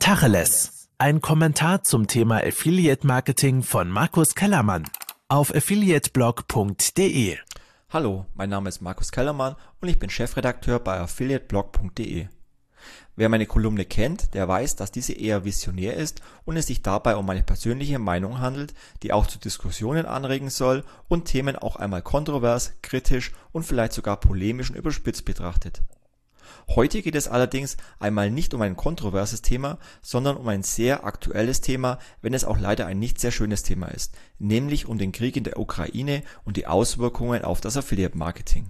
Tacheles. Ein Kommentar zum Thema Affiliate Marketing von Markus Kellermann auf affiliateblog.de. Hallo, mein Name ist Markus Kellermann und ich bin Chefredakteur bei affiliateblog.de. Wer meine Kolumne kennt, der weiß, dass diese eher visionär ist und es sich dabei um eine persönliche Meinung handelt, die auch zu Diskussionen anregen soll und Themen auch einmal kontrovers, kritisch und vielleicht sogar polemisch und überspitzt betrachtet. Heute geht es allerdings einmal nicht um ein kontroverses Thema, sondern um ein sehr aktuelles Thema, wenn es auch leider ein nicht sehr schönes Thema ist, nämlich um den Krieg in der Ukraine und die Auswirkungen auf das Affiliate-Marketing.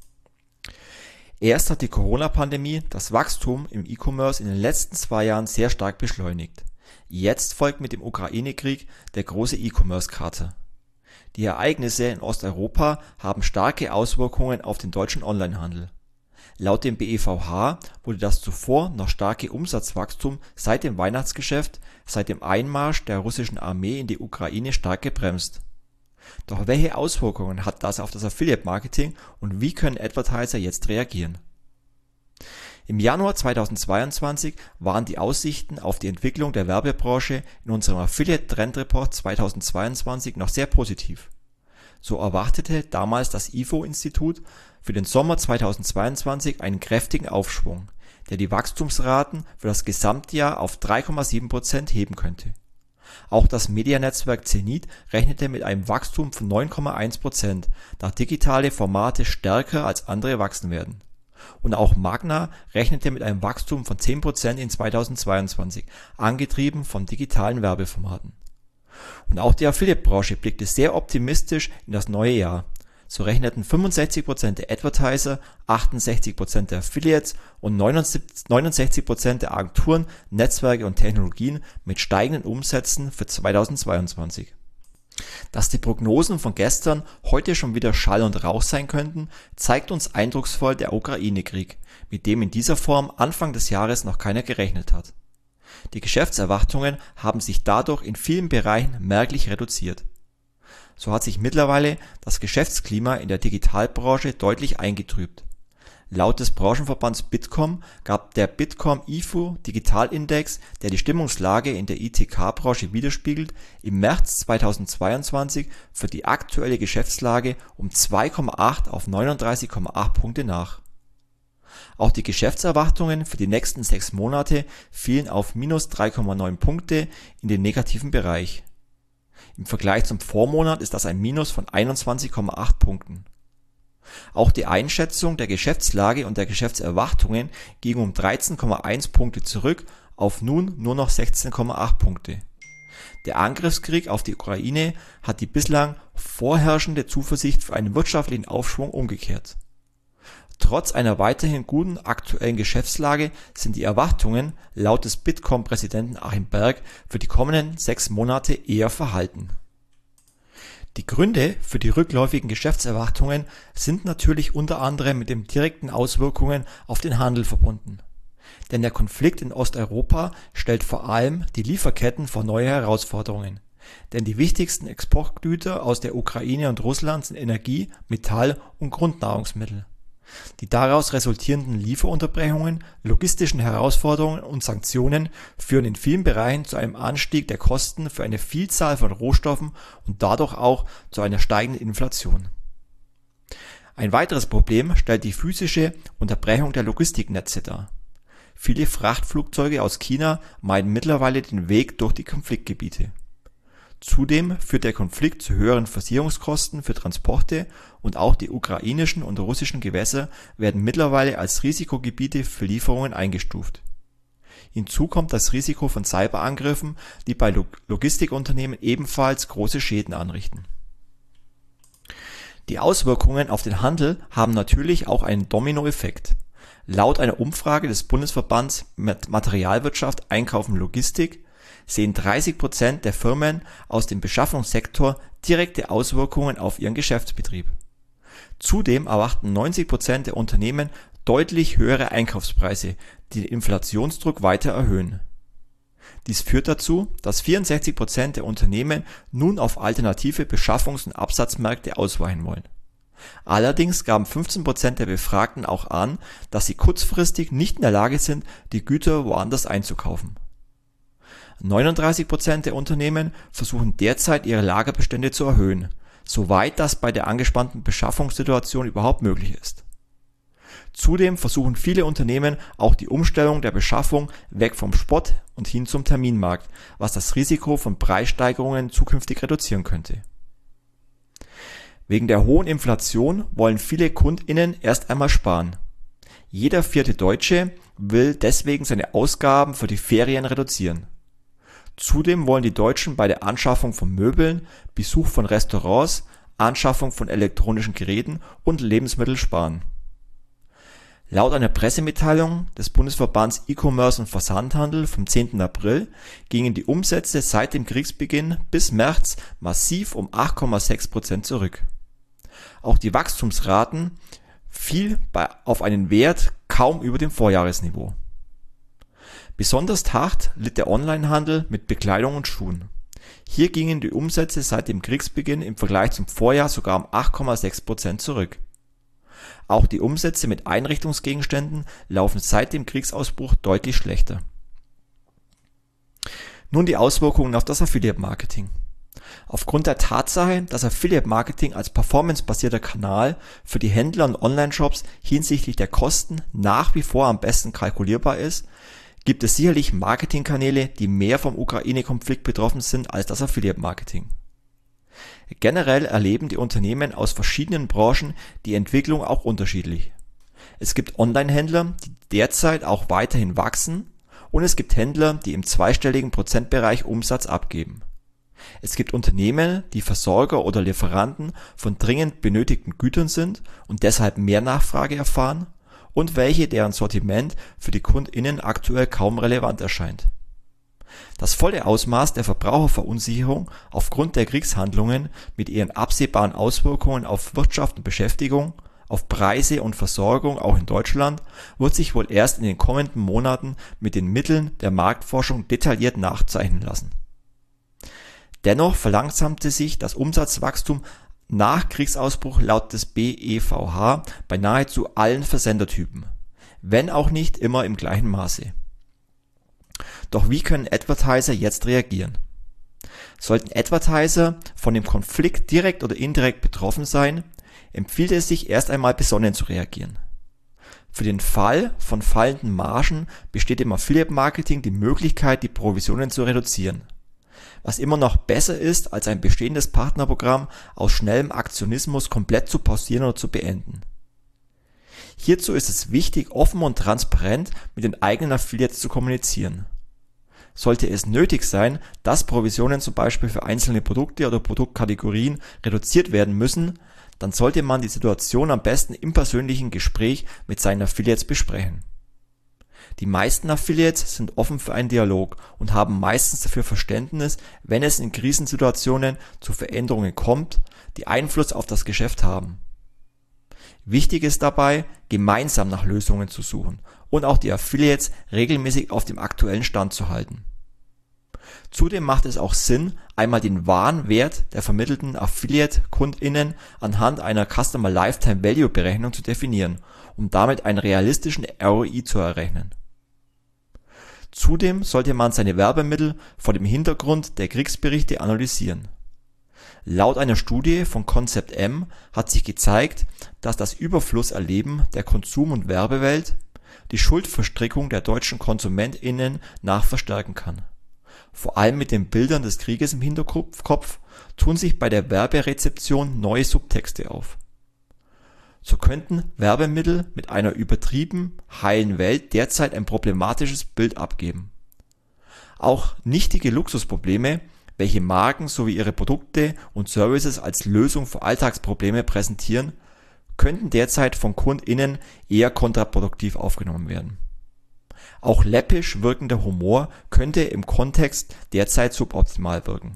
Erst hat die Corona-Pandemie das Wachstum im E-Commerce in den letzten 2 Jahren sehr stark beschleunigt. Jetzt folgt mit dem Ukraine-Krieg der große E-Commerce-Kater. Die Ereignisse in Osteuropa haben starke Auswirkungen auf den deutschen Onlinehandel. Laut dem BEVH wurde das zuvor noch starke Umsatzwachstum seit dem Weihnachtsgeschäft, seit dem Einmarsch der russischen Armee in die Ukraine stark gebremst. Doch welche Auswirkungen hat das auf das Affiliate-Marketing und wie können Advertiser jetzt reagieren? Im Januar 2022 waren die Aussichten auf die Entwicklung der Werbebranche in unserem Affiliate-Trend-Report 2022 noch sehr positiv. So erwartete damals das IFO-Institut für den Sommer 2022 einen kräftigen Aufschwung, der die Wachstumsraten für das Gesamtjahr auf 3,7% heben könnte. Auch das Medianetzwerk Zenith rechnete mit einem Wachstum von 9,1%, da digitale Formate stärker als andere wachsen werden. Und auch Magna rechnete mit einem Wachstum von 10% in 2022, angetrieben von digitalen Werbeformaten. Und auch die Affiliate-Branche blickte sehr optimistisch in das neue Jahr. So rechneten 65% der Advertiser, 68% der Affiliates und 69% der Agenturen, Netzwerke und Technologien mit steigenden Umsätzen für 2022. Dass die Prognosen von gestern heute schon wieder Schall und Rauch sein könnten, zeigt uns eindrucksvoll der Ukraine-Krieg, mit dem in dieser Form Anfang des Jahres noch keiner gerechnet hat. Die Geschäftserwartungen haben sich dadurch in vielen Bereichen merklich reduziert. So hat sich mittlerweile das Geschäftsklima in der Digitalbranche deutlich eingetrübt. Laut des Branchenverbands Bitkom gab der Bitkom IFO Digitalindex, der die Stimmungslage in der ITK-Branche widerspiegelt, im März 2022 für die aktuelle Geschäftslage um 2,8 auf 39,8 Punkte nach. Auch die Geschäftserwartungen für die nächsten 6 Monate fielen auf minus 3,9 Punkte in den negativen Bereich. Im Vergleich zum Vormonat ist das ein Minus von 21,8 Punkten. Auch die Einschätzung der Geschäftslage und der Geschäftserwartungen ging um 13,1 Punkte zurück auf nun nur noch 16,8 Punkte. Der Angriffskrieg auf die Ukraine hat die bislang vorherrschende Zuversicht für einen wirtschaftlichen Aufschwung umgekehrt. Trotz einer weiterhin guten aktuellen Geschäftslage sind die Erwartungen laut des Bitkom-Präsidenten Achim Berg für die kommenden 6 Monate eher verhalten. Die Gründe für die rückläufigen Geschäftserwartungen sind natürlich unter anderem mit den direkten Auswirkungen auf den Handel verbunden. Denn der Konflikt in Osteuropa stellt vor allem die Lieferketten vor neue Herausforderungen. Denn die wichtigsten Exportgüter aus der Ukraine und Russland sind Energie, Metall und Grundnahrungsmittel. Die daraus resultierenden Lieferunterbrechungen, logistischen Herausforderungen und Sanktionen führen in vielen Bereichen zu einem Anstieg der Kosten für eine Vielzahl von Rohstoffen und dadurch auch zu einer steigenden Inflation. Ein weiteres Problem stellt die physische Unterbrechung der Logistiknetze dar. Viele Frachtflugzeuge aus China meiden mittlerweile den Weg durch die Konfliktgebiete. Zudem führt der Konflikt zu höheren Versicherungskosten für Transporte und auch die ukrainischen und russischen Gewässer werden mittlerweile als Risikogebiete für Lieferungen eingestuft. Hinzu kommt das Risiko von Cyberangriffen, die bei Logistikunternehmen ebenfalls große Schäden anrichten. Die Auswirkungen auf den Handel haben natürlich auch einen Dominoeffekt. Laut einer Umfrage des Bundesverbands Materialwirtschaft, Einkauf und Logistik sehen 30% der Firmen aus dem Beschaffungssektor direkte Auswirkungen auf ihren Geschäftsbetrieb. Zudem erwarten 90% der Unternehmen deutlich höhere Einkaufspreise, die den Inflationsdruck weiter erhöhen. Dies führt dazu, dass 64% der Unternehmen nun auf alternative Beschaffungs- und Absatzmärkte ausweichen wollen. Allerdings gaben 15% der Befragten auch an, dass sie kurzfristig nicht in der Lage sind, die Güter woanders einzukaufen. 39% der Unternehmen versuchen derzeit ihre Lagerbestände zu erhöhen, soweit das bei der angespannten Beschaffungssituation überhaupt möglich ist. Zudem versuchen viele Unternehmen auch die Umstellung der Beschaffung weg vom Spot und hin zum Terminmarkt, was das Risiko von Preissteigerungen zukünftig reduzieren könnte. Wegen der hohen Inflation wollen viele KundInnen erst einmal sparen. Jeder 4. Deutsche will deswegen seine Ausgaben für die Ferien reduzieren. Zudem wollen die Deutschen bei der Anschaffung von Möbeln, Besuch von Restaurants, Anschaffung von elektronischen Geräten und Lebensmitteln sparen. Laut einer Pressemitteilung des Bundesverbands E-Commerce und Versandhandel vom 10. April gingen die Umsätze seit dem Kriegsbeginn bis März massiv um 8,6% zurück. Auch die Wachstumsraten fiel auf einen Wert kaum über dem Vorjahresniveau. Besonders hart litt der Onlinehandel mit Bekleidung und Schuhen. Hier gingen die Umsätze seit dem Kriegsbeginn im Vergleich zum Vorjahr sogar um 8,6% zurück. Auch die Umsätze mit Einrichtungsgegenständen laufen seit dem Kriegsausbruch deutlich schlechter. Nun die Auswirkungen auf das Affiliate-Marketing. Aufgrund der Tatsache, dass Affiliate-Marketing als performancebasierter Kanal für die Händler und Online-Shops hinsichtlich der Kosten nach wie vor am besten kalkulierbar ist, gibt es sicherlich Marketingkanäle, die mehr vom Ukraine-Konflikt betroffen sind als das Affiliate-Marketing. Generell erleben die Unternehmen aus verschiedenen Branchen die Entwicklung auch unterschiedlich. Es gibt Online-Händler, die derzeit auch weiterhin wachsen, und es gibt Händler, die im zweistelligen Prozentbereich Umsatz abgeben. Es gibt Unternehmen, die Versorger oder Lieferanten von dringend benötigten Gütern sind und deshalb mehr Nachfrage erfahren, und welche, deren Sortiment für die KundInnen aktuell kaum relevant erscheint. Das volle Ausmaß der Verbraucherverunsicherung aufgrund der Kriegshandlungen mit ihren absehbaren Auswirkungen auf Wirtschaft und Beschäftigung, auf Preise und Versorgung auch in Deutschland, wird sich wohl erst in den kommenden Monaten mit den Mitteln der Marktforschung detailliert nachzeichnen lassen. Dennoch verlangsamte sich das Umsatzwachstum nach Kriegsausbruch laut des BEVH bei nahezu allen Versendertypen, wenn auch nicht immer im gleichen Maße. Doch wie können Advertiser jetzt reagieren? Sollten Advertiser von dem Konflikt direkt oder indirekt betroffen sein, empfiehlt es sich erst einmal besonnen zu reagieren. Für den Fall von fallenden Margen besteht im Affiliate-Marketing die Möglichkeit, die Provisionen zu reduzieren, was immer noch besser ist, als ein bestehendes Partnerprogramm aus schnellem Aktionismus komplett zu pausieren oder zu beenden. Hierzu ist es wichtig, offen und transparent mit den eigenen Affiliates zu kommunizieren. Sollte es nötig sein, dass Provisionen zum Beispiel für einzelne Produkte oder Produktkategorien reduziert werden müssen, dann sollte man die Situation am besten im persönlichen Gespräch mit seinen Affiliates besprechen. Die meisten Affiliates sind offen für einen Dialog und haben meistens dafür Verständnis, wenn es in Krisensituationen zu Veränderungen kommt, die Einfluss auf das Geschäft haben. Wichtig ist dabei, gemeinsam nach Lösungen zu suchen und auch die Affiliates regelmäßig auf dem aktuellen Stand zu halten. Zudem macht es auch Sinn, einmal den wahren Wert der vermittelten Affiliate-KundInnen anhand einer Customer Lifetime Value Berechnung zu definieren, um damit einen realistischen ROI zu errechnen. Zudem sollte man seine Werbemittel vor dem Hintergrund der Kriegsberichte analysieren. Laut einer Studie von Concept M hat sich gezeigt, dass das Überflusserleben der Konsum- und Werbewelt die Schuldverstrickung der deutschen KonsumentInnen verstärken kann. Vor allem mit den Bildern des Krieges im Hinterkopf tun sich bei der Werberezeption neue Subtexte auf. So könnten Werbemittel mit einer übertrieben heilen Welt derzeit ein problematisches Bild abgeben. Auch nichtige Luxusprobleme, welche Marken sowie ihre Produkte und Services als Lösung für Alltagsprobleme präsentieren, könnten derzeit von KundInnen eher kontraproduktiv aufgenommen werden. Auch läppisch wirkender Humor könnte im Kontext derzeit suboptimal wirken.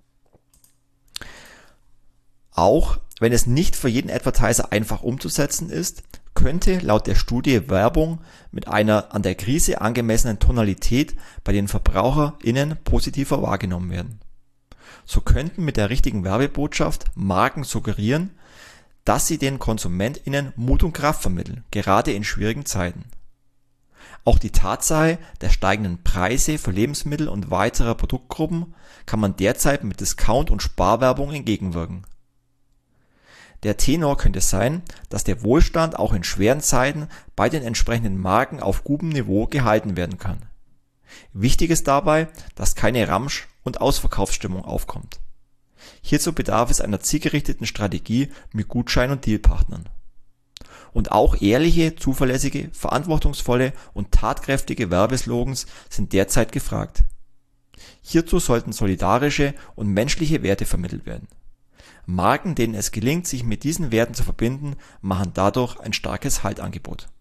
Auch wenn es nicht für jeden Advertiser einfach umzusetzen ist, könnte laut der Studie Werbung mit einer an der Krise angemessenen Tonalität bei den VerbraucherInnen positiver wahrgenommen werden. So könnten mit der richtigen Werbebotschaft Marken suggerieren, dass sie den KonsumentInnen Mut und Kraft vermitteln, gerade in schwierigen Zeiten. Auch die Tatsache der steigenden Preise für Lebensmittel und weiterer Produktgruppen kann man derzeit mit Discount- und Sparwerbung entgegenwirken. Der Tenor könnte sein, dass der Wohlstand auch in schweren Zeiten bei den entsprechenden Marken auf gutem Niveau gehalten werden kann. Wichtig ist dabei, dass keine Ramsch- und Ausverkaufsstimmung aufkommt. Hierzu bedarf es einer zielgerichteten Strategie mit Gutschein- und Dealpartnern. Und auch ehrliche, zuverlässige, verantwortungsvolle und tatkräftige Werbeslogans sind derzeit gefragt. Hierzu sollten solidarische und menschliche Werte vermittelt werden. Marken, denen es gelingt, sich mit diesen Werten zu verbinden, machen dadurch ein starkes Haltangebot.